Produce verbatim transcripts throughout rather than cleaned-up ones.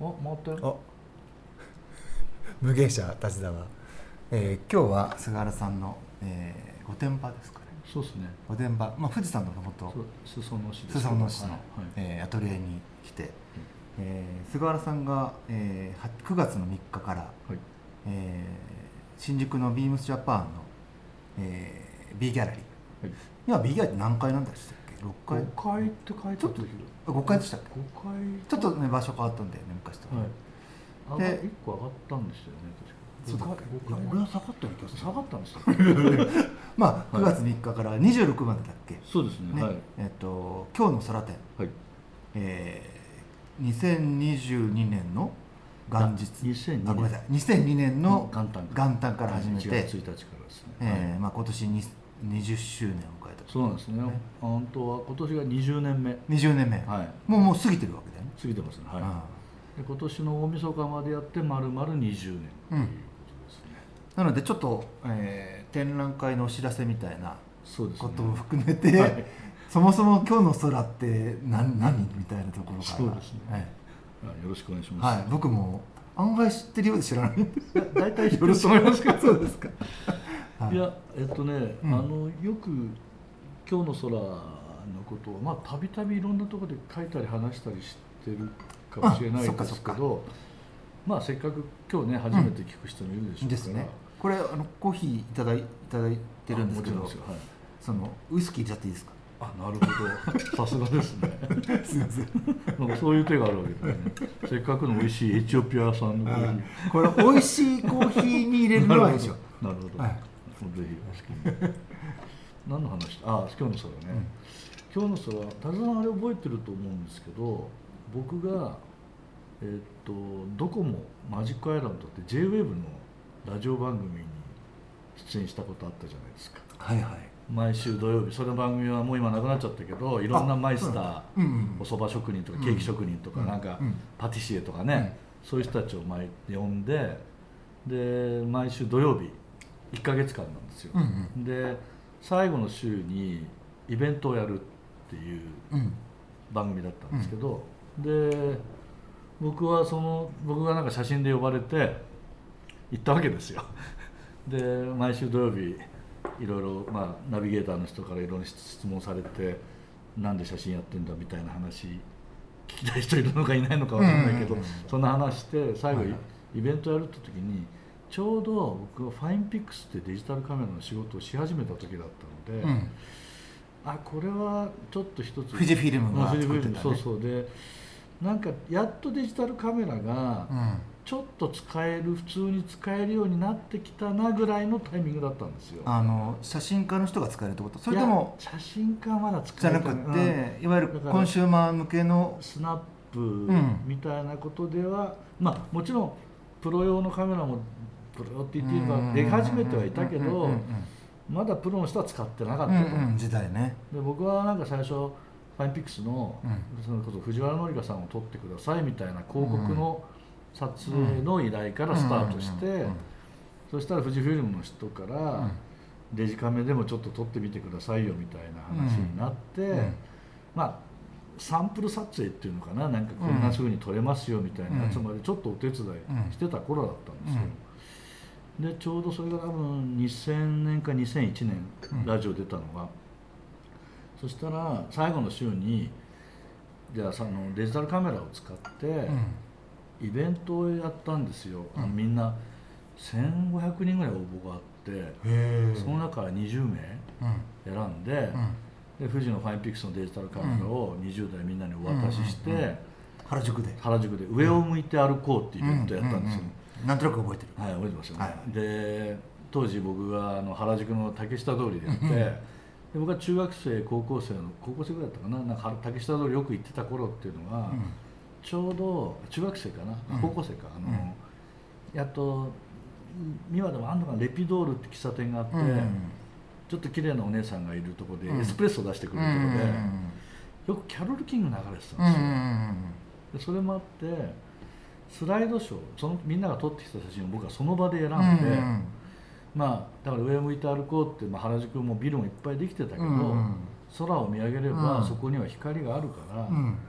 あ、回ったよ。 あ無限者立沢、えー、今日は菅原さんの、えー、御殿場ですかね。 そうですね。 御殿場、まあ、富士山のふもと裾野市です。 裾野市の、 はいはいえー、アトリエに来て、えー、菅原さんが、えー、くがつのみっかから、はいえー、新宿のビームスジャパンの、えー、B ギャラリー、はい、今 B ギャラリーって何階なんでしたっけ？ろっかいごかいって書いてあったけどごかいでしたっけ？ ごかいちょっとね場所変わったんだよね昔と。 はい、でいっこ上がったんですよね確か。 そうだっけ？いや俺は下がったような気がする。 下がったんですよまあくがつみっかからにじゅうろくまでだっけ？ そうですね、ね、はい、 えっと今日の空展、はいえー、にせんにじゅうにねんの元日にせんにねんあごめんなさいにせんにねんの元旦元旦から始めていちがつついたちからですね、 えーまあ、今年ににじゅっしゅうねんを迎えた。 そうなんですね。本当は今年がにじゅうねんめ。 にじゅうねんめ、はい、もうもう過ぎてるわけだよね。 過ぎてますね、はい、ああで今年の大晦日までやって丸々にじゅうねんということですね、うん、なのでちょっと、えー、展覧会のお知らせみたいなことも含めて、 ねはい、 そもそも今日の空って何、何みたいなところからそうですね、はい、よろしくお願いします、 はい、僕も案外知ってるようで知らない大体よろしくお願いしますけどそうですかいやえっとね、うん、あのよく今日の空のことをまあたびたびいろんなところで書いたり話したりしてるかもしれないですけど、まあせっかく今日ね初めて聞く人もいるでしょうから、うんですね、 これあのコーヒーいただい、いただいてるんですけど、 はい、 そのウイスキー入れちゃっていいですか？ あ、なるほどさすがですねすみませんなんかそういう手があるわけですねせっかくの美味しいエチオピア産のコーヒーこれ美味しいコーヒーに入れるのはいいでしょなるほど、はい、ぜひお好きに何の話あ、今日の空ね、うん、今日の空田津さんあれ覚えてると思うんですけど僕がえー、っとドコモマジックアイランドって ジェイウェーブ のラジオ番組に出演したことあったじゃないですか。 はいはい。 毎週土曜日その番組はもう今なくなっちゃったけどいろんなマイスター、うんうん、お蕎麦職人とかケーキ職人とか、うん、なんか、うん、パティシエとかね、うん、そういう人たちを毎呼んでで毎週土曜日いっかげつかんなんですよ、うんうん、で最後の週にイベントをやるっていう番組だったんですけど、うん、で僕はその僕がなんか写真で呼ばれて行ったわけですよで毎週土曜日いろいろ、まあ、ナビゲーターの人からいろいろ質問されてなんで写真やってんだみたいな話聞きたい人いるのかいないのか分かんないけど、うんうんうん、そんな話して最後、はい、イベントやるって時にちょうど僕がファインピックスってデジタルカメラの仕事をし始めた時だったので、うん、あこれはちょっと一つ富士フィルムが作ってた、ね、 そうそうでなんかやっとデジタルカメラがちょっと使える普通に使えるようになってきたなぐらいのタイミングだったんですよ。 あの写真家の人が使えるってこと？それとも写真家はまだ使えるじゃなくて、いわゆるコンシューマー向けのスナップみたいなことでは、うん、まあもちろんプロ用のカメラもプロ用って言っていいか出始めてはいたけどまだプロの人は使ってなかったと、 うんうん、時代ね。 で僕はなんか最初ファインピックスの、うん、それこそ藤原紀香さんを撮ってくださいみたいな広告の撮影の依頼からスタートして、そしたら富士フィルムの人から、うん、デジカメでもちょっと撮ってみてくださいよみたいな話になって、うん、まあサンプル撮影っていうのかな、なんかこんなすぐに撮れますよみたいなやつまでちょっとお手伝いしてた頃だったんですよ、うん、でちょうどそれが多分にせんねんかにせんいちねんラジオ出たのが、そしたら最後の週にじゃあそのデジタルカメラを使ってイベントをやったんですよ、うん、あのみんなせんごひゃくにんぐらい応募があって、その中からにじゅうめい選んで、うん、で富士のファインピックスのデジタルカメラをにじゅうだいみんなにお渡しして、うんうんうん、 原宿で原宿で上を向いて歩こうっていうイベントをやったんですよ、うんうんうん、なんとなく覚えてる。 はい覚えてますよね、はい、で当時僕があの原宿の竹下通りでやって、うんで僕は中学生高校生の高校生ぐらいだったかな、なんか竹下通りよく行ってた頃っていうのが、うん、ちょうど中学生かな、うん、高校生かあの、うん、やっと三輪でもあんのかなレピドールって喫茶店があって、うん、ちょっと綺麗なお姉さんがいるところで、うん、エスプレッソを出してくれるところで、うん、よくキャロル・キング流れてたんですよ、うん、でそれもあってスライドショーそのみんなが撮ってきた写真を僕はその場で選んで、うんまあ、だから上を向いて歩こうって、まあ、原宿もビルもいっぱいできてたけど、うん、空を見上げればそこには光があるから、うん、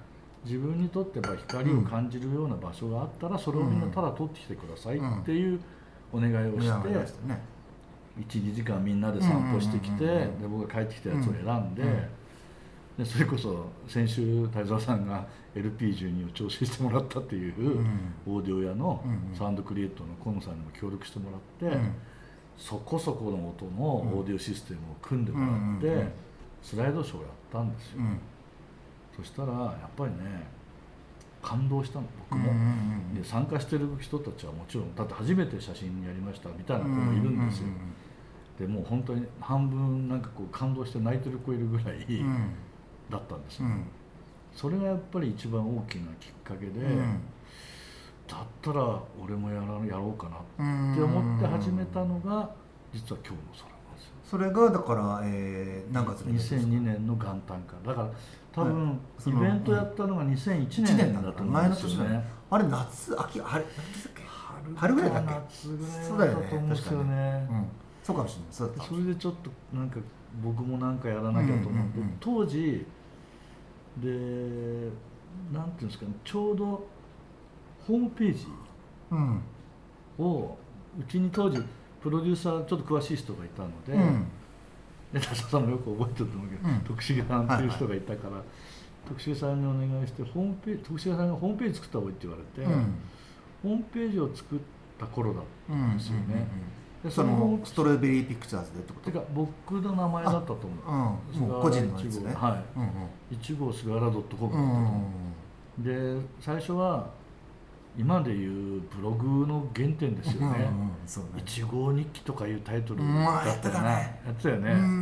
自分にとってやっぱ光を感じるような場所があったらそれをみんなただ撮ってきてくださいっていうお願いをして、いち、にじかんみんなで散歩してきて、で僕が帰ってきたやつを選んで、でそれこそ先週泰沢さんが エルピーじゅうに を調整してもらったっていうオーディオ屋のサウンドクリエイトの河野さんにも協力してもらって、そこそこの音のオーディオシステムを組んでもらってスライドショーをやったんですよ。そしたらやっぱりね感動したの僕も、で参加してる人たちはもちろんだって初めて写真やりましたみたいな子もいるんですよ。でもう本当に半分なんかこう感動して泣いてる子いるぐらいだったんですよ、うん、それがやっぱり一番大きなきっかけで、うん、だったら俺もやらやろうかなって思って始めたのが実は今日の空なんですよ。 それがだから、えー、何月にせんにねんの元旦からだから多分、はい、イベントやったのがにせんいちねんだと思うんですよね。 あれ夏秋あれ春ぐらいだっけ夏ぐらいだったと思うんですよね。 そうかもしれない。そうだった。 それでちょっとなんか僕もなんかやらなきゃと思って、当時でなんていうんですかね、ちょうどホームページをうちに当時プロデューサーちょっと詳しい人がいたので、で田さんもよく覚えてると思うけど、うん、徳重さんっていう人がいたから、はいはい、徳重さんにお願いしてホームページ徳重さんがホームページ作った方がいいって言われて、うん、ホームページを作った頃だったんですよね。うんうんうんうん、 でそのストロベリーピクチャーズでってこと？ てか僕の名前だったと思う。 うん、もう個人のやつね。 はい。うんうん、いちごう菅原 .com だったと思う。うんうん、で最初は今でいうブログの原点ですよね。いちごう日記とかいうタイトルだったよね。やってたよね。うんうんうん、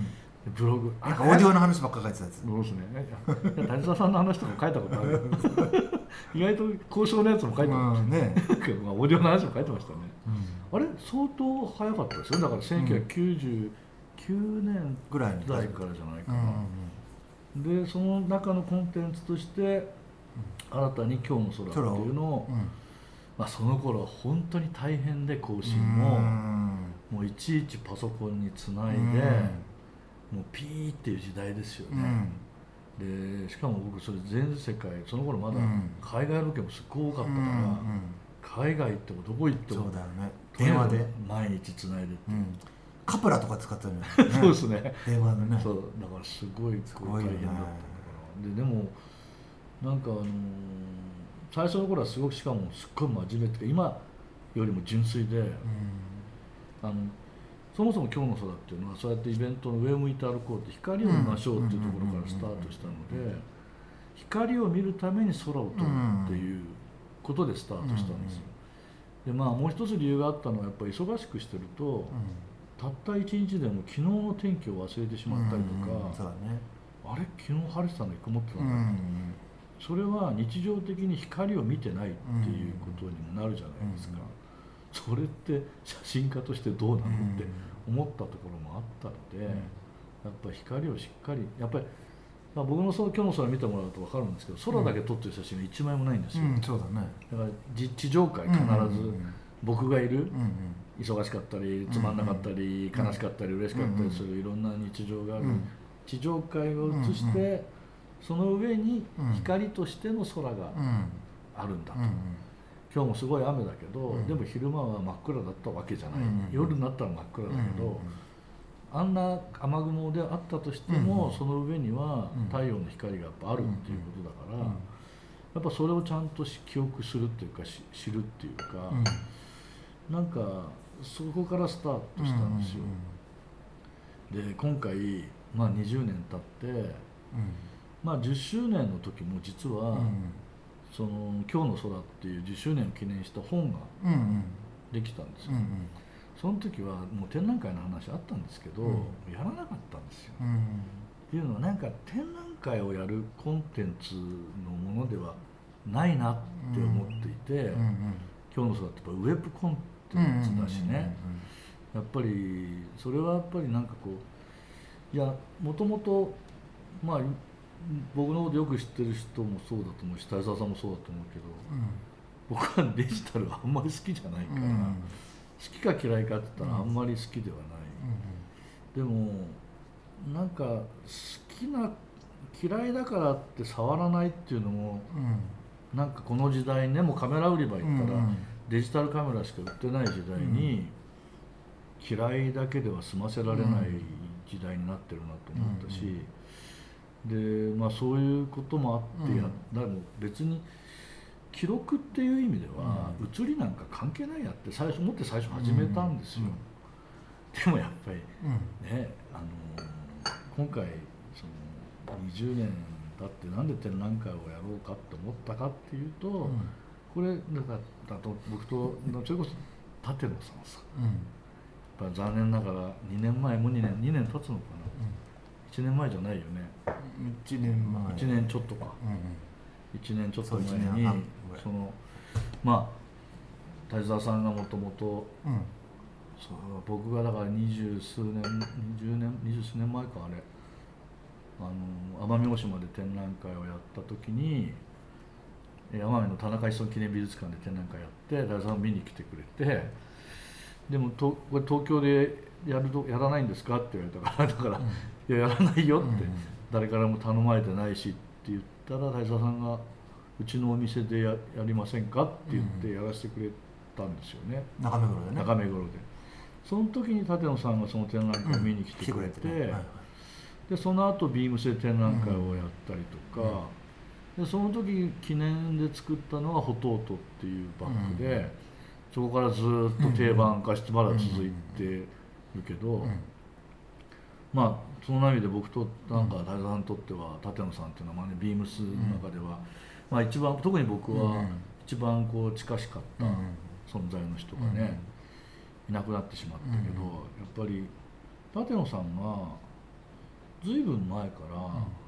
ブログ。 なんかオーディオの話ばっか書いてたやつ。 そうですね。谷沢さんの話とか書いたことある。意外と交渉のやつも書いてましたね。まあオーディオの話も書いてましたね。うん、あれ相当早かったですよ。だからせんきゅうひゃくきゅうじゅうきゅうねんぐらいからじゃないかな。うんうん、でその中のコンテンツとして新たに今日の空っていうのを、うん、まあ、その頃は本当に大変で更新ももういちいちパソコンにつないでもうピーっていう時代ですよね。でしかも僕それ全世界その頃まだ海外ロケもすっごい多かったから、うんうん、海外行ってもどこ行ってもそうだよね、電話で毎日つないでって、うん、 カプラとか使ったのよね。 そうですね、 電話でね。 そうだからすごい大変だったんだから、ででもなんかあのー、最初の頃はすごくしかもすっごい真面目っていうか今よりも純粋で、うん、あのそもそも今日の空っていうのはそうやってイベントの上を向いて歩こうって光を見ましょうっていうところからスタートしたので、光を見るために空を撮るっていうことでスタートしたんですよ。でまあもう一つ理由があったのはやっぱり忙しくしてると、たった一日でも昨日の天気を忘れてしまったりとか、あれ昨日晴れてたのに曇ってたんだって、それは日常的に光を見てないっていうことにもなるじゃないですか。それって写真家としてどうなのって思ったところもあったので、やっぱり光をしっかりやっぱり、まあ、僕のその今日の空見てもらうと分かるんですけど、空だけ撮ってる写真が一枚もないんですよ。 うん、そうだね。 だから地上界必ず僕がいる、忙しかったりつまんなかったり悲しかったり嬉しかったりするいろんな日常がある地上界を映して、その上に光としての空があるんだと。今日もすごい雨だけど、うん、でも昼間は真っ暗だったわけじゃない、うん、夜になったら真っ暗だけど、うん、あんな雨雲であったとしても、うん、その上には太陽の光がやっぱあるっていうことだから、うん、やっぱそれをちゃんと記憶するっていうか知るっていうか、うん、なんかそこからスタートしたんですよ。で今回、まあ、にじゅうねん経って、まあ、じゅっしゅうねんの時も実は、その今日の空っていうじゅっしゅうねんを記念した本ができたんですよ、うんうん、その時はもう展覧会の話あったんですけど、うん、やらなかったんですよ、うんうん、っていうのはなんか展覧会をやるコンテンツのものではないなって思っていて、うんうんうん、今日の空ってやっぱウェブコンテンツだしね、やっぱりそれはやっぱりなんかこういやもともとまあ僕のことよく知ってる人もそうだと思うし、泰沢さんもそうだと思うけど、うん、僕はデジタルはあんまり好きじゃないから、うん、好きか嫌いかって言ったらあんまり好きではない、うん、でもなんか好きな嫌いだからって触らないっていうのも、 うん、 なんかこの時代ね、もうカメラ売り場行ったらデジタルカメラしか売ってない時代に、嫌いだけでは済ませられない時代になってるなと思ったし、で、まあ、そういうこともあってや、だからもう別に記録っていう意味では写りなんか関係ないやって最初思って最初始めたんですよ。でもやっぱりね、あの今回そのにじゅうねん経ってなんで展覧会をやろうかって思ったかっていうと、うん、これだからだと僕とそれこそ舘野さんさ、うん、やっぱ残念ながらにねんまえもにねんにねん経つのかな、うん、いちねんまえじゃないよね。 いちねんまえいちねんちょっとか、うん、いちねんちょっと前にそのまあ滝沢さんがもともと僕がだから二十数年にじゅうねん二十数年前かあれあの奄美大島で展覧会をやった時に奄美の田中一村記念美術館で展覧会やって滝沢さんを見に来てくれて、でもとこれ東京でやるとやらないんですかって言われたからだから、うん、いややらないよって、うん、誰からも頼まれてないしって言ったら滝沢さんがうちのお店で や, やりませんかって言ってやらせてくれたんですよね、 うん、中目黒でね。 中目黒でその時に舘野さんがその展覧会を見に来てくれて、うん、てねはいはい、でその後ビームスで展覧会をやったりとか、うん、でその時記念で作ったのはホトートっていうバッグで、うん、そこからずっと定番化してまだ続いてるけど、うんうん、まあその意味で僕となんか滝沢さんにとっては舘野さんっていうのは、まあね、ビームスの中では、まあ、一番特に僕は一番こう近しかった存在の人がね、いなくなってしまったけど、やっぱり舘野さんがずいぶん前から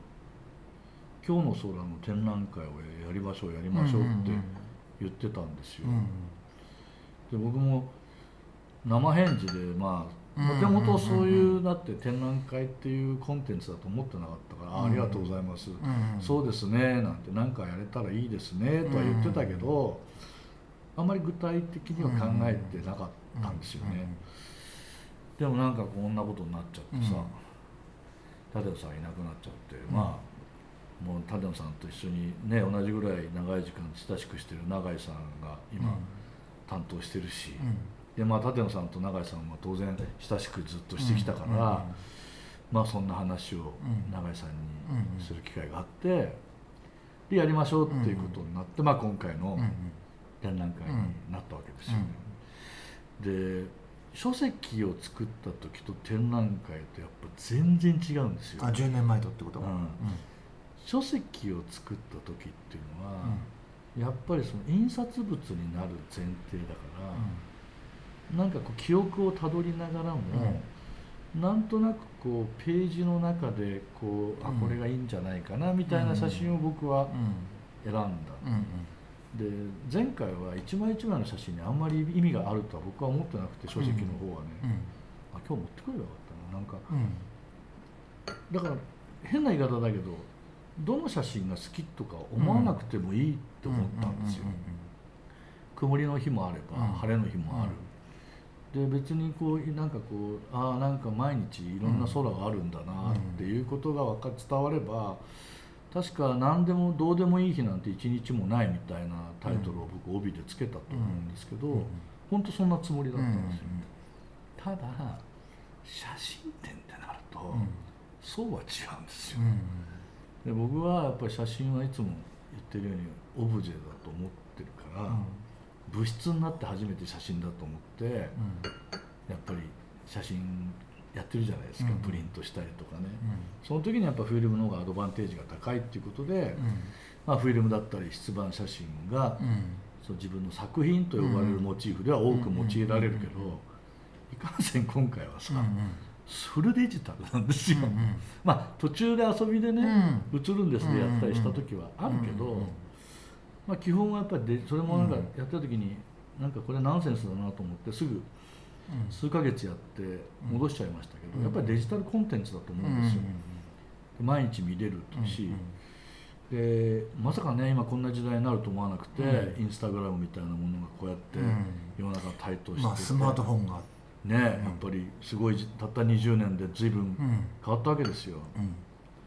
「今日の空」の展覧会をやりましょうやりましょうって言ってたんですよ。で僕も生返事でまあもともとそういうだって展覧会っていうコンテンツだと思ってなかったから「ありがとうございます」「そうですね」なんて「何かやれたらいいですね」とは言ってたけど、あんまり具体的には考えてなかったんですよね。でもなんかこんなことになっちゃってさ、舘野さんいなくなっちゃって、まあもう舘野さんと一緒にね同じぐらい長い時間親しくしてる永井さんが今担当してるし、でまあ舘野さんと永井さんは当然親しくずっとしてきたから、まあそんな話を永井さんにする機会があってでやりましょうっていうことになって、まあ今回の展覧会になったわけですよね。で書籍を作った時と展覧会とやっぱ全然違うんですよ。 あじゅうねんまえとってことは、うんうん、 書籍を作った時っていうのは、うん、やっぱりその印刷物になる前提だから、うん、なんかこう記憶をたどりながらも、うん、なんとなくこうページの中でこう、うん、あこれがいいんじゃないかなみたいな写真を僕は選んだ。うんうんうんで前回は一枚一枚の写真にあんまり意味があるとは僕は思ってなくて書籍の方はね、うんうん、あ今日持ってくればよかったななんか、うん、だから変な言い方だけどどの写真が好きとか思わなくてもいいって思ったんですよ。曇りの日もあれば、うん、晴れの日もある、うん、で別にこうなんかこうああなんか毎日いろんな空があるんだなっていうことが分か伝われば確か何でもどうでもいい日なんて一日もないみたいなタイトルを僕帯でつけたと思うんですけど、うん、本当そんなつもりだったんですよ。ただ写真展ってなると、うん、そうは違うんですよ。で僕はやっぱり写真はいつも言ってるようにオブジェだと思ってるから、うん、物質になって初めて写真だと思って、うん、やっぱり写真やってるじゃないですか、うん、プリントしたりとかね、うん、その時にやっぱフィルムの方がアドバンテージが高いっていうことで、うんまあ、フィルムだったり出版写真が、うん、そう自分の作品と呼ばれるモチーフでは多く用いられるけど、いかんせん今回はさ、うんうん、フルデジタルなんですよ、うんうん、まあ途中で遊びでね、うん、映るんですでやったりした時はあるけど、うんうんまあ、基本はやっぱりでそれもなんかやった時になんかこれナンセンスだなと思ってすぐ数ヶ月やって戻しちゃいましたけど、うん、やっぱりデジタルコンテンツだと思うんですよ、うん、毎日見れるし、うん、でまさかね今こんな時代になると思わなくて、うん、インスタグラムみたいなものがこうやって世の中台頭してて、 まあ、スマートフォンがね、うん、やっぱりすごいたったにじゅうねんで随分変わったわけですよ、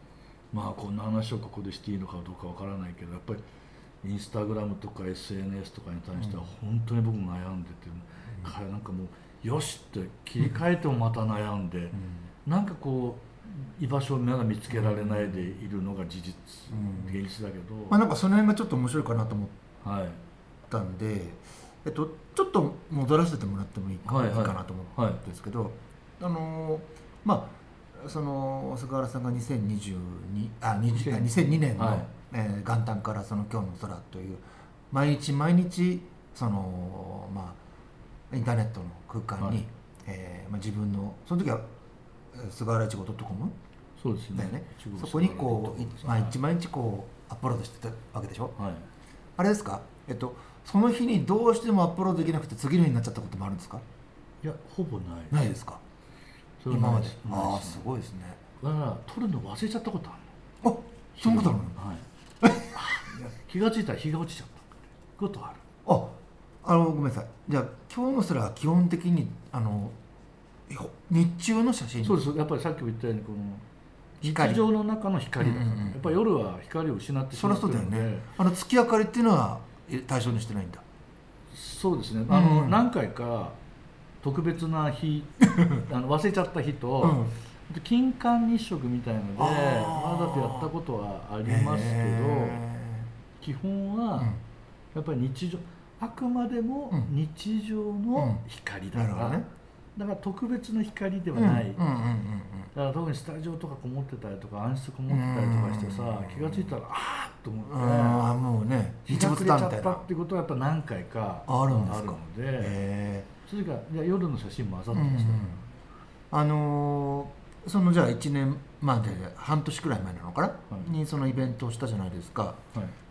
まあこんな話をここでしていいのかどうかわからないけど、やっぱりインスタグラムとか エスエヌエス とかに対しては本当に僕悩んでて、うん、なんかもうよしって切り替えてもまた悩んで、うん、なんかこう居場所をまだ見つけられないでいるのが事実、うん、現実だけど、 まあ、なんかその辺がちょっと面白いかなと思ったんで、はい、えっと、ちょっと戻らせてもらってもいいか、はいはい、いいかなと思ったんですけど、はい、あのまあその菅原さんがにせんにじゅうにあにせんにねんの、はい、えー、元旦からその今日の空という毎日毎日そのまあインターネットの空間に、はい、えーまあ、自分のその時は菅原いちご .com そうですね、 だよね、そこにこう毎日毎日こうアップロードしてたわけでしょ、はい、あれですか、えっとその日にどうしてもアップロードできなくて次の日になっちゃったこともあるんですか？ いや、ほぼないないですか、今まで。ああ、すごいですね。 だから撮るの忘れちゃったことあるの。あ、そんなことあるの？はい気がついたら日が落ちちゃったことある。 あ、あのごめんなさい。じゃあ今日の空は基本的にあの日中の写真。 そうです。やっぱりさっきも言ったようにこの日常の中の光だから、うんうんうん、やっぱり夜は光を失ってしまってるので。 そりゃそうだよね。あの月明かりっていうのは対象にしてないんだ。 そうですね。あの、うん、何回か特別な日あの忘れちゃった日と、うん、金環日食みたいのでわざとやったことはありますけど、基本はやっぱり日常、あくまでも日常の光だから、うんうんね、だから特別な光ではない。だから特にスタジオとかこもってたりとか暗室こもってたりとかしてさ、気がついたらあーっと思って、 あもうね、 日が暮れちゃったっていうことはやっぱ何回かあるので、それから夜の写真もあざってました、うんうん、 あのー、そのじゃあいちねんまえで半年くらい前なのかな、はい、にそのイベントをしたじゃないですか、はい、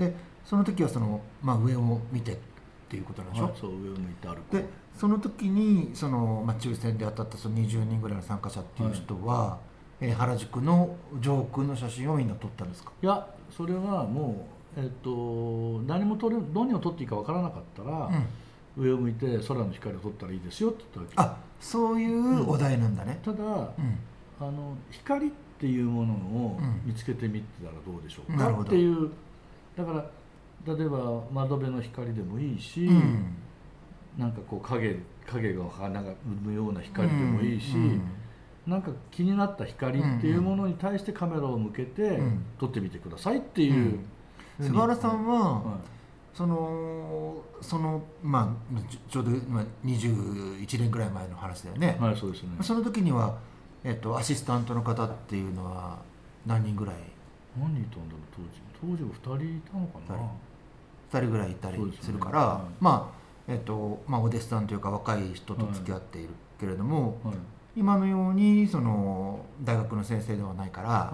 でその時はその、まあ、上を見てっていうことなんでしょ、はい、 そう、上を向いて歩く。 でその時にその、まあ、抽選で当たったそのにじゅうにんぐらいの参加者っていう人は、はい、えー、原宿の上空の写真をみんな撮ったんですか？ いや、それはもう、えっと、何も撮る何を撮っていいか分からなかったら、うん、上を向いて空の光を撮ったらいいですよって言ったわけ。 あ、そういうお題なんだね、 うん、ただ、うん、あの光っていうものを見つけてみてたらどうでしょうか、うん、っていう。だから例えば窓辺の光でもいいし、うん、なんかこう 影, 影がなんか生むような光でもいいし、うん、なんか気になった光っていうものに対してカメラを向けて撮ってみてくださいっていう、 うん、菅原さんは、はい、そのそのまあちょうどにじゅういちねんぐらい前の話だよね。 はい、そうですね。 その時には、えっと、アシスタントの方っていうのは何人ぐらい？ 何人いたんだろう、当時当時はふたりいたのかな。 ふたりぐらいいたりするから、ね、はい、まあえっとまあ、お弟子さんというか若い人と付き合っているけれども、はいはい、今のようにその大学の先生ではないから、はい、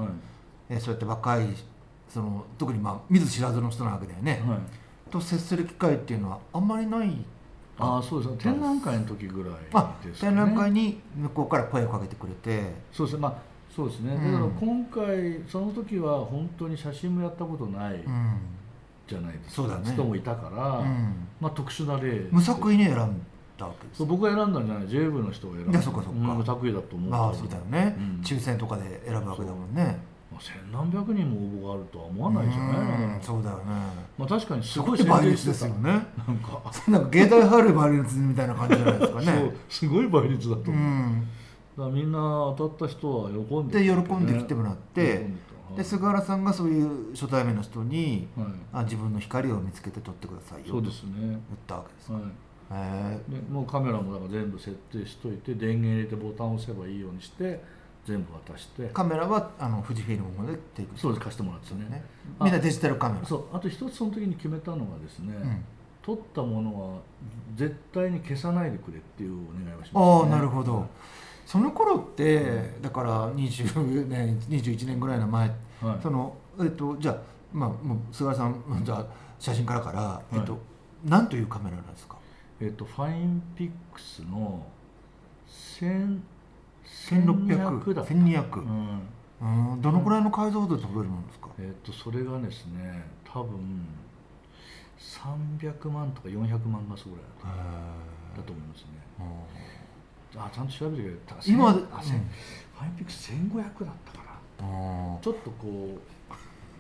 えそうやって若いその特に、まあ、見ず知らずの人なわけだよね、はい、と接する機会っていうのはあんまりない。 ああ、そうですね。展覧会の時ぐらいですかね。展覧会に向こうから声をかけてくれて。 そうですね、まあそうですね、うん、だから今回その時は本当に写真もやったことない、うん、じゃないですか。 そうだね、 人もいたから、うん、まあ特殊な例。 無作為に選んだわけです。 そう、僕が選んだんじゃない、ジェイブの人が選んだ。 いや、そっかそっか、 無作為だと思う。 まあそうだよね、うん、抽選とかで選ぶわけだもんね。 まあ、千何百人も応募があるとは思わないじゃない。 うん、そうだよね。 まあ確かにすごい倍率ですよね。なんかなんか芸大春倍率みたいな感じじゃないですかね。 そう、すごい倍率だと思う。うん、だからみんな当たった人は喜んで、 ね、で喜んできてもらって、で菅原さんがそういう初対面の人に、はい、あ自分の光を見つけて撮ってくださいよと言ったわけですか。はい、 へでもうカメラもだから全部設定しといて、電源入れてボタンを押せばいいようにして全部渡して。 カメラはあの富士フィルムでテイク。 そうです、貸してもらってね。ね、 みんなデジタルカメラ。 そう、あと一つその時に決めたのがですね、うん、撮ったものは絶対に消さないでくれっていうお願いをしました、ね。 ああ、なるほど。その頃って、うん、だからにじゅうねんにじゅういちねんぐらいの前、はい、そのえっとじゃあまあもう菅原さんじゃあ写真からから、はい、えっと何というカメラなんですか？ えっとファインピックスのせんせんろっぴゃくだった。せんにひゃく。うん、うん、どのくらいの解像度で撮れるものですか？ えっとそれがですね、多分さんびゃくまんとかよんひゃくまん画素ぐらいだと思いますね。あ、ちゃんと調べてくれた。 今で、うん、 ファインピックスせんごひゃくだったから、ちょっとこ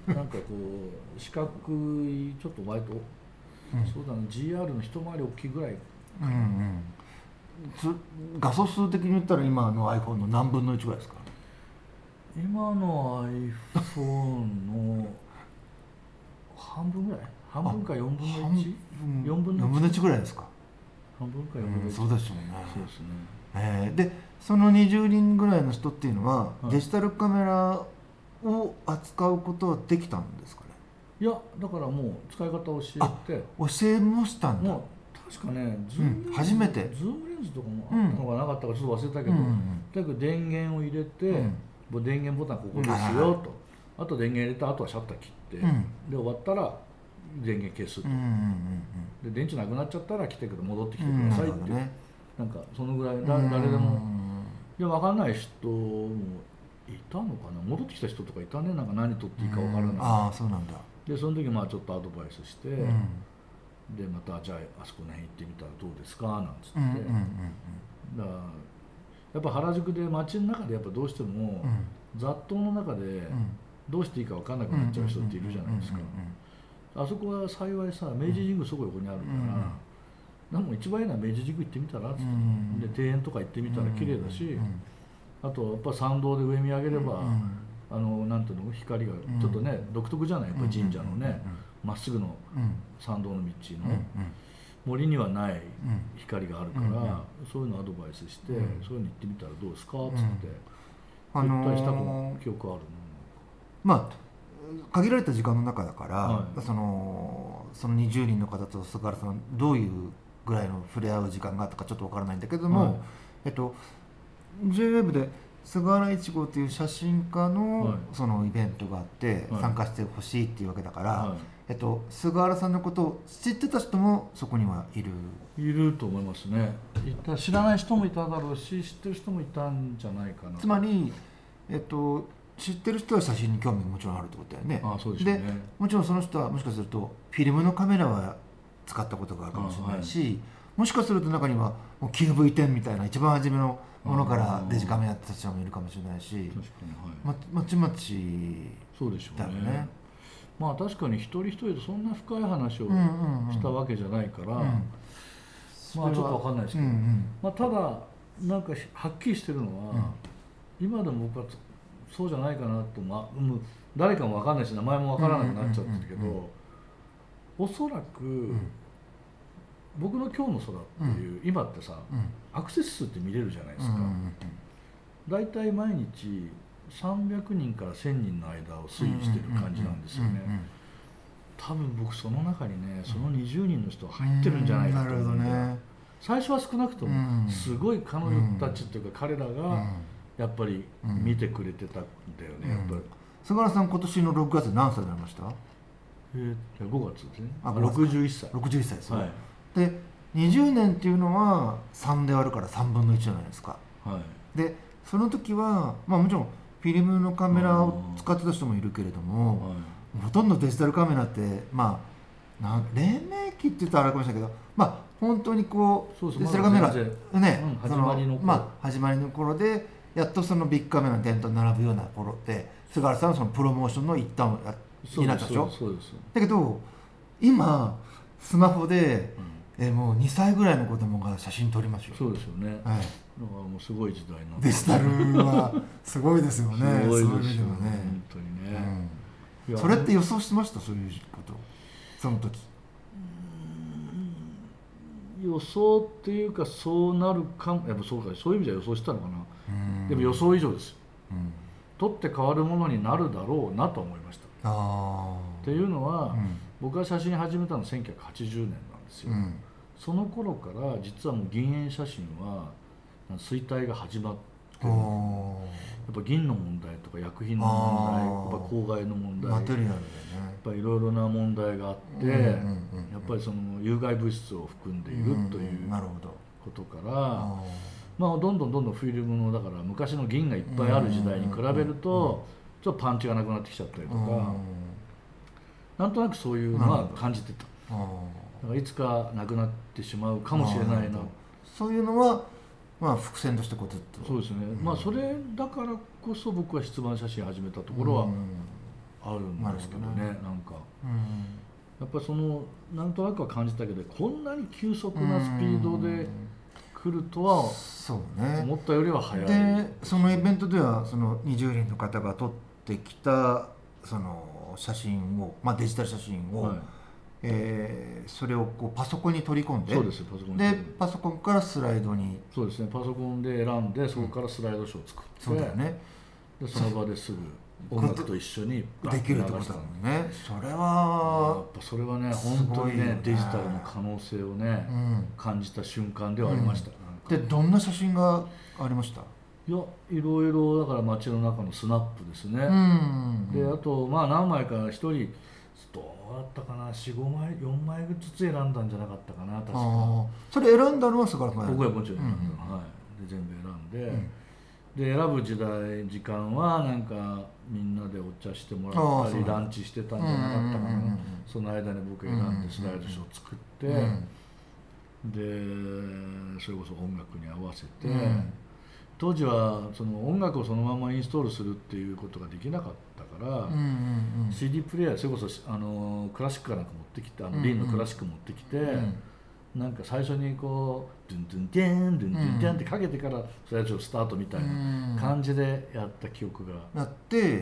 なんかこう四角いちょっと割と、うん、そうだね ジーアール の一回り大きいぐらいかな、うんうん、 画素数的に言ったら今の iPhone の何分のいちぐらいですか？ 今の iPhone の半分ぐらい、半分かよんぶんのいち、よんぶんのいちぐらいですか？ 半分かよんぶんのいち、 うん、そうですよね。 そうですね。 えー、でそのにじゅうにんぐらいの人っていうのは、はい、デジタルカメラを扱うことはできたんですかね？ いやだからもう使い方を教えて、 教えもしたんだ。 もう確かねズームレンズ、 うん、初めてズームレンズとかもあったのかなかったかちょっと忘れたけど、うんうんうん、とにかく電源を入れて、うん、もう電源ボタンここですよと、うん、あと電源入れた後はシャッター切って、うん、で終わったら電源消すと、うんうんうんうん、で電池なくなっちゃったら来てくだ戻ってきてくださいっていう、うん、なんかそのぐらい、うん、誰でも、で分からない人もいたのかな、戻ってきた人とかいたね、なんか何取っていいか分からない、うん、 ああそうなんだ。でその時まあちょっとアドバイスして、うん、でまたじゃああそこの辺行ってみたらどうですかなんつって、うんうんうんうん、だからやっぱ原宿で街の中でやっぱどうしても、うん、雑踏の中でどうしていいか分からなくなっちゃう人っているじゃないですか。あそこは幸いさ明治神宮そこ横にあるから、うんうん、なんも一番いいのは明治神宮行ってみたらっつって、うん、で庭園とか行ってみたら綺麗だし、うん、あとやっぱ参道で上見上げれば、うん、あのなんていうの光がちょっとね、うん、独特じゃないやっぱ神社のねま、うん、っすぐの参道の道の、うん、森にはない光があるから、うん、そういうのアドバイスして、うん、そういうの行ってみたらどうですかっつって、うん、絶対した記憶あるの。 まあ限られた時間の中だから、はい、そのそのにじゅうにんの方と菅原さんどういうぐらいの触れ合う時間があったかちょっとわからないんだけども、はい、えっと ジェイウェブ で菅原一号という写真家 の,、はい、そのイベントがあって、はい、参加してほしいっていうわけだから、はい、えっと、菅原さんのことを知ってた人もそこにはいるいると思いますね。いた知らない人もいただろうし知ってる人もいたんじゃないかな。 つまり、えっと知ってる人は写真に興味がもちろんあるってことだよね。 ああそうですね。 でもちろんその人はもしかするとフィルムのカメラは使ったことがあるかもしれないし、はい、もしかすると中にはもう キューブイテン みたいな一番初めのものからデジカメやってた人もいるかもしれないし、確かに、はい、ままちまちそうでしょうね。ねまあ確かに一人一人とそんな深い話をしたわけじゃないから、うんうんうん、まあちょっと分かんないですけど、うんうん、まあ、ただなんかはっきりしてるのは、うん、今でも僕はそうじゃないかなと、まあ、誰かも分かんないし名前も分からなくなっちゃってるけど、うんうんうんうん、おそらく、うん、僕の今日の空っていう、うん、今ってさ、うん、アクセス数って見れるじゃないですか、うんうんうん、だいたい毎日さんびゃくにんからせんにんの間を推移してる感じなんですよね。多分僕その中にねそのにじゅうにんの人は入ってるんじゃないかと思うんだよ、ね、最初は少なくともすごい彼女たちっていうか彼らがやっぱり見てくれてたんだよね。やっぱり菅原さん今年のろくがつ何歳になりました？ えー、ごがつですね。あろくじゅういっさい。 ろくじゅういっさいです、はい、でにじゅうねんっていうのはさんで割るからさんぶんのいちじゃないですか、はい、でその時は、まあ、もちろんフィルムのカメラを使ってた人もいるけれども、はい、ほとんどデジタルカメラってまあなん黎明期って言ったらあれかもしれないけど、まあ本当にこう、 そうそうデジタルカメラね、うん、始まりの頃、まあ、始まりの頃でやっとそのビッグカメラの店頭に並ぶような頃で菅原さんはそのプロモーションの一端をやになったでしょ。そうです。だけど今スマホで、うん、えもうにさいぐらいの子供が写真撮りますよ。 そうですよね、はい、だからもうすごい時代になってデジタルはすごいですよね。 すごいですよね、本当にね、 うん、それって予想してました？そういうことその時。 うーん予想っていうかそうなるかも、やっぱそうか、そういう意味では予想してたのかな。でも予想以上ですよ、うん、取って変わるものになるだろうなと思いました。あっていうのは、うん、僕が写真始めたのせんきゅうひゃくはちじゅうねんなんですよ、うん、その頃から実はもう銀塩写真は衰退が始まってる。やっぱ銀の問題とか薬品の問題、やっぱ公害の問題、 マテリアルでね、やっぱりいろいろな問題があって、うんうんうんうん、やっぱりその有害物質を含んでいるということから、まあ、どんどんどんどんフィルムのだから昔の銀がいっぱいある時代に比べるとちょっとパンチがなくなってきちゃったりとか、なんとなくそういうのは感じてた。だからいつかなくなってしまうかもしれないな。 そういうのはまあ伏線としてこうずっと。 そうですね、うん、まあそれだからこそ僕は出版写真始めたところはあるんですけどね、なんか、 うん、 やっぱりそのなんとなくは感じたけど、こんなに急速なスピードで来るとはそうね、 思ったよりは早い。 でそのイベントではそのにじゅうにんの方が撮ってきたその写真を、まあ、デジタル写真を、はい、えー、それをこうパソコンに取り込んで、 そうですパソコンでパソコンからスライドに、 そうですね、パソコンで選んでそこからスライドショーを作って、うん、 そうだよね、 でその場ですぐ音楽と一緒にできるってことだもんね。それはやっぱそれはね本当にね、ねデジタルの可能性をね、うん、感じた瞬間ではありました、 うん、でどんな写真がありました？ いやいろいろだから街の中のスナップですね、うんうんうん、であとまあ何枚か一人どうだったかな、 よん、ごまいよんまいずつ選んだんじゃなかったかな、確か。 それ選んだのは菅原さん？ 僕はもちろん選んだ、うんうん、はい、で全部選んで、うん、で選ぶ時代時間はなんかみんなでお茶してもらったりランチしてたんじゃなかったかな、うんうんうん、その間に僕選んでスライドショーを作って、うんうん、でそれこそ音楽に合わせて、うん、当時はその音楽をそのままインストールするっていうことができなかったから、うんうんうん、シーディー プレイヤーそれこそあのクラシックかなんか持ってきて、あのリンのクラシック持ってきて、うんうん、なんか最初にこうドゥンドゥンデンドゥンドゥンデンってかけてからそれはちょっとスタートみたいな感じでやった記憶があって、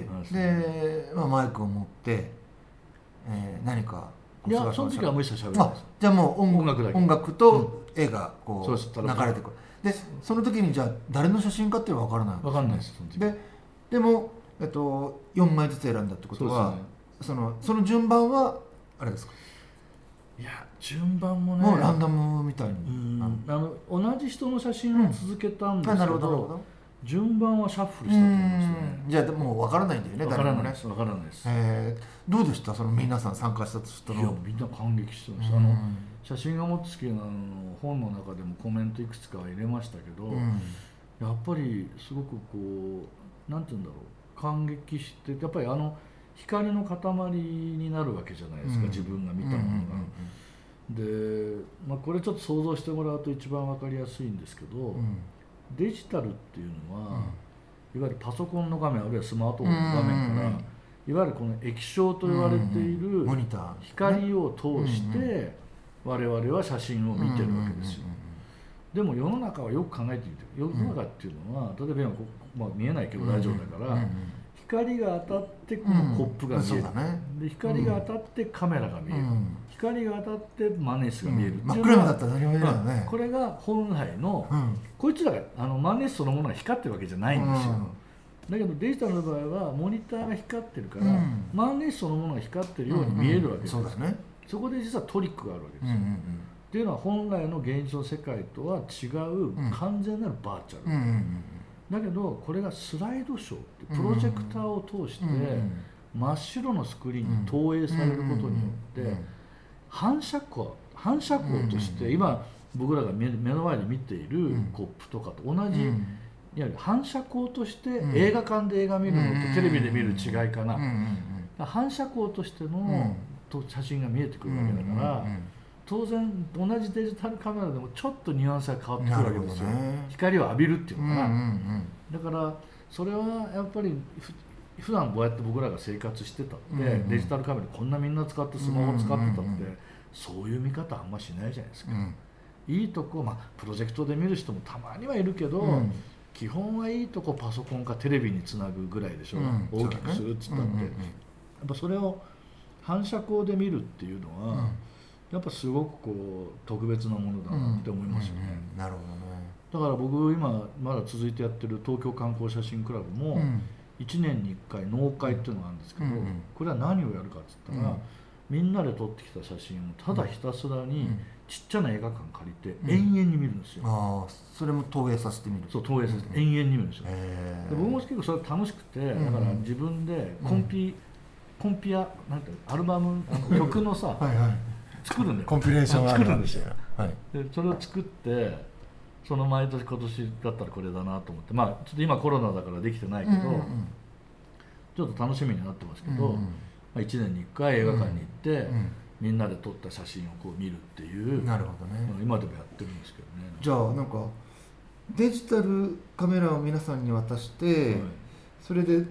で、まあ、マイクを持って、えー、何かいやその時はもう一切しゃべらないです。 じゃあもう 音, 音, 楽だけ音楽と絵がこう、うん、流れてくる。でその時にじゃあ誰の写真かっていうのは分からないわけです、ね、分かんないです。その時ででも、えっと、よんまいずつ選んだってことは そ,、ね、そ, のその順番はあれですか？ いや順番もねもうランダムみたいに、 うん、あの同じ人の写真を続けたんですけど、うん、なるほど順番はシャッフルしたと思いますね。 じゃあもう分からないんだよね。 分からないです、分からないです、 えー、どうでしたその皆さん参加した人の？ いやみんな感激してました。あの写真が持つ好きなの本の中でもコメントいくつか入れましたけど、うん、やっぱりすごくこうなんて言うんだろう、感激してやっぱりあの光の塊になるわけじゃないですか、うん、自分が見たものが、うんうんうんうん、で、まあ、これちょっと想像してもらうと一番分かりやすいんですけど、うん、デジタルっていうのは、うん、いわゆるパソコンの画面あるいはスマートフォンの画面から、うんうんうん、いわゆるこの液晶と言われている光を通して我々は写真を見てるわけですよ。でも世の中はよく考えてみて、世の中っていうのは例えば今、まあ、見えないけど大丈夫だから、光が当たってこのコップが見える、うんね、で光が当たってカメラが見える、うん、光が当たってマネースが見える、うん、 真っ暗だったら何も見えないよね。 これが本来の、うん、こいつらがあのマネースそのものが光ってるわけじゃないんですよ、うん、だけどデジタルの場合はモニターが光ってるから、うん、万年筆そのものが光ってるように見えるわけです、うんうん、そうですね。そこで実はトリックがあるわけですよ、うんうんうん、っていうのは本来の現実の世界とは違う完全なるバーチャル、うんうんうん、だけどこれがスライドショーってプロジェクターを通して真っ白のスクリーンに投影されることによって反射光反射光として今僕らが目の前で見ているコップとかと同じ、いわゆる反射光として映画館で映画見るのとテレビで見る違いかな、反射光としての写真が見えてくるわけだから、当然同じデジタルカメラでもちょっとニュアンスが変わってくるわけですよ、ね、光を浴びるっていうのかな、うんうんうん、だからそれはやっぱり普段こうやって僕らが生活してたって、うんうん、デジタルカメラこんなみんな使ってスマホ使ってたって、うんうんうん、そういう見方あんましないじゃないですか、うん、いいとこ、まあ、プロジェクトで見る人もたまにはいるけど、うん、基本はいいとこパソコンかテレビにつなぐぐらいでしょ、うん、大きくするっつったって、うんうんうん、やっぱそれを反射光で見るっていうのは、うん、やっぱすごくこう特別なものだなって思いますよね、うんうんうん、 なるほどね。 だから僕今まだ続いてやってる東京観光写真クラブもいちねんにいっかい納会っていうのがあるんですけど、うんうん、これは何をやるかって言ったら、うん、みんなで撮ってきた写真をただひたすらにちっちゃな映画館借りて延々に見るんですよ、うん、 あそれも投影させてみる。 そう投影させて延々に見るんですよ、で僕も結構それ楽しくて、だから自分でコンピ、うん、コンピアなんてアルバムあの曲のさはい、はい、作るんだよ。 コンピレーション作るんですよ、 はい、 でそれを作ってその毎年今年だったらこれだなと思って、まあちょっと今コロナだからできてないけど、うんうんうん、ちょっと楽しみになってますけど、うんうん、まあ、いちねんにいっかい映画館に行って、うんうん、みんなで撮った写真をこう見るっていう。 なるほどね、 まあ、今でもやってるんですけどね。 じゃあなんかデジタルカメラを皆さんに渡して、はい、それで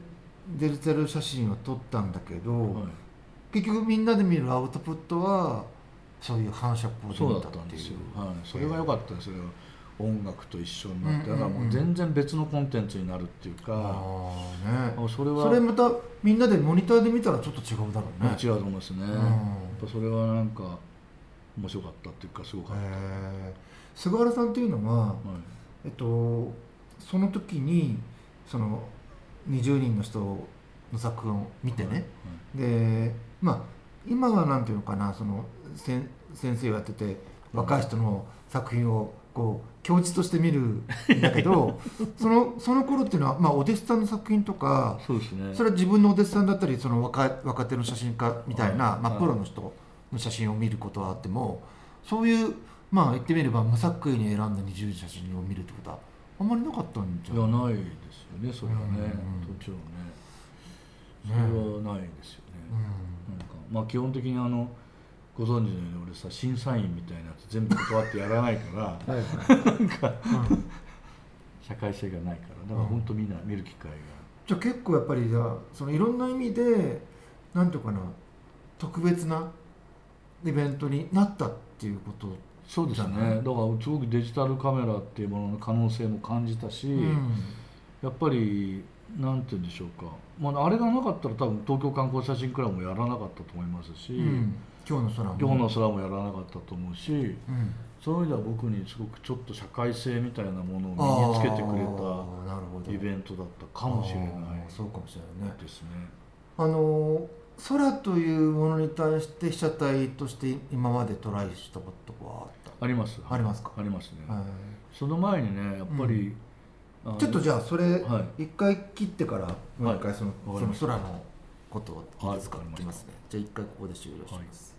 デジタル写真を撮ったんだけど、 はい、 結局みんなで見るアウトプットはそういう反射光そうで見たっていう。 だったんですよ、はい、それが良かったですよ、音楽と一緒になって、 うんうんうん、 だからもう全然別のコンテンツになるっていうか、 あ、ね、 それはそれまたみんなでモニターで見たらちょっと違うだろうね。 違うと思いますね、うん、やっぱそれはなんか面白かったっていうかすごかった。 菅原さんっていうのは、はい、えっと、その時にそのにじゅうにんの人の作品を見てね、はいはい、でまあ今はなんていうのかな、その先生をやってて若い人の作品をこう教授として見るんだけどそのその頃っていうのは、まあ、お弟子さんの作品とか、 そうですね、 それは自分のお弟子さんだったりその 若, 若手の写真家みたいな、はい、まあ、プロの人の写真を見ることはあっても、そういうまあ言ってみれば無作為に選んだにじゅう写真を見るってことはあんまりなかったんじゃない？ いや、ないですよね、それはね、もちろんね、それはないですよね、うん、なんかまあ基本的にあのご存知のように俺さ、審査員みたいなやつ全部断ってやらないからはい、なんか、うん、社会性がないから、だから本当みんな見る機会が、 じゃあ結構やっぱりじゃあそのいろんな意味でなんていうかな、特別なイベントになったっていうことじゃない？ そうですね、だからすごくデジタルカメラっていうものの可能性も感じたし、うん、やっぱりなんて言うんでしょうか、まあ、あれがなかったら多分東京観光写真クラブもやらなかったと思いますし、うん、 今日の空も今日の空もやらなかったと思うし、うん、そういう意味では僕にすごくちょっと社会性みたいなものを身につけてくれたイベントだったかもしれない。 そうかもしれないですね。 あの空というものに対して被写体として今までトライしたことはあった？ あります。 ありますか？ ありますね、 はい、 その前にねやっぱり、 うん、ちょっとじゃあそれ一回切ってからもう一回その、はい、その空のことをいいですか？ はい、 いきますね。じゃあ一回ここで終了します。はい。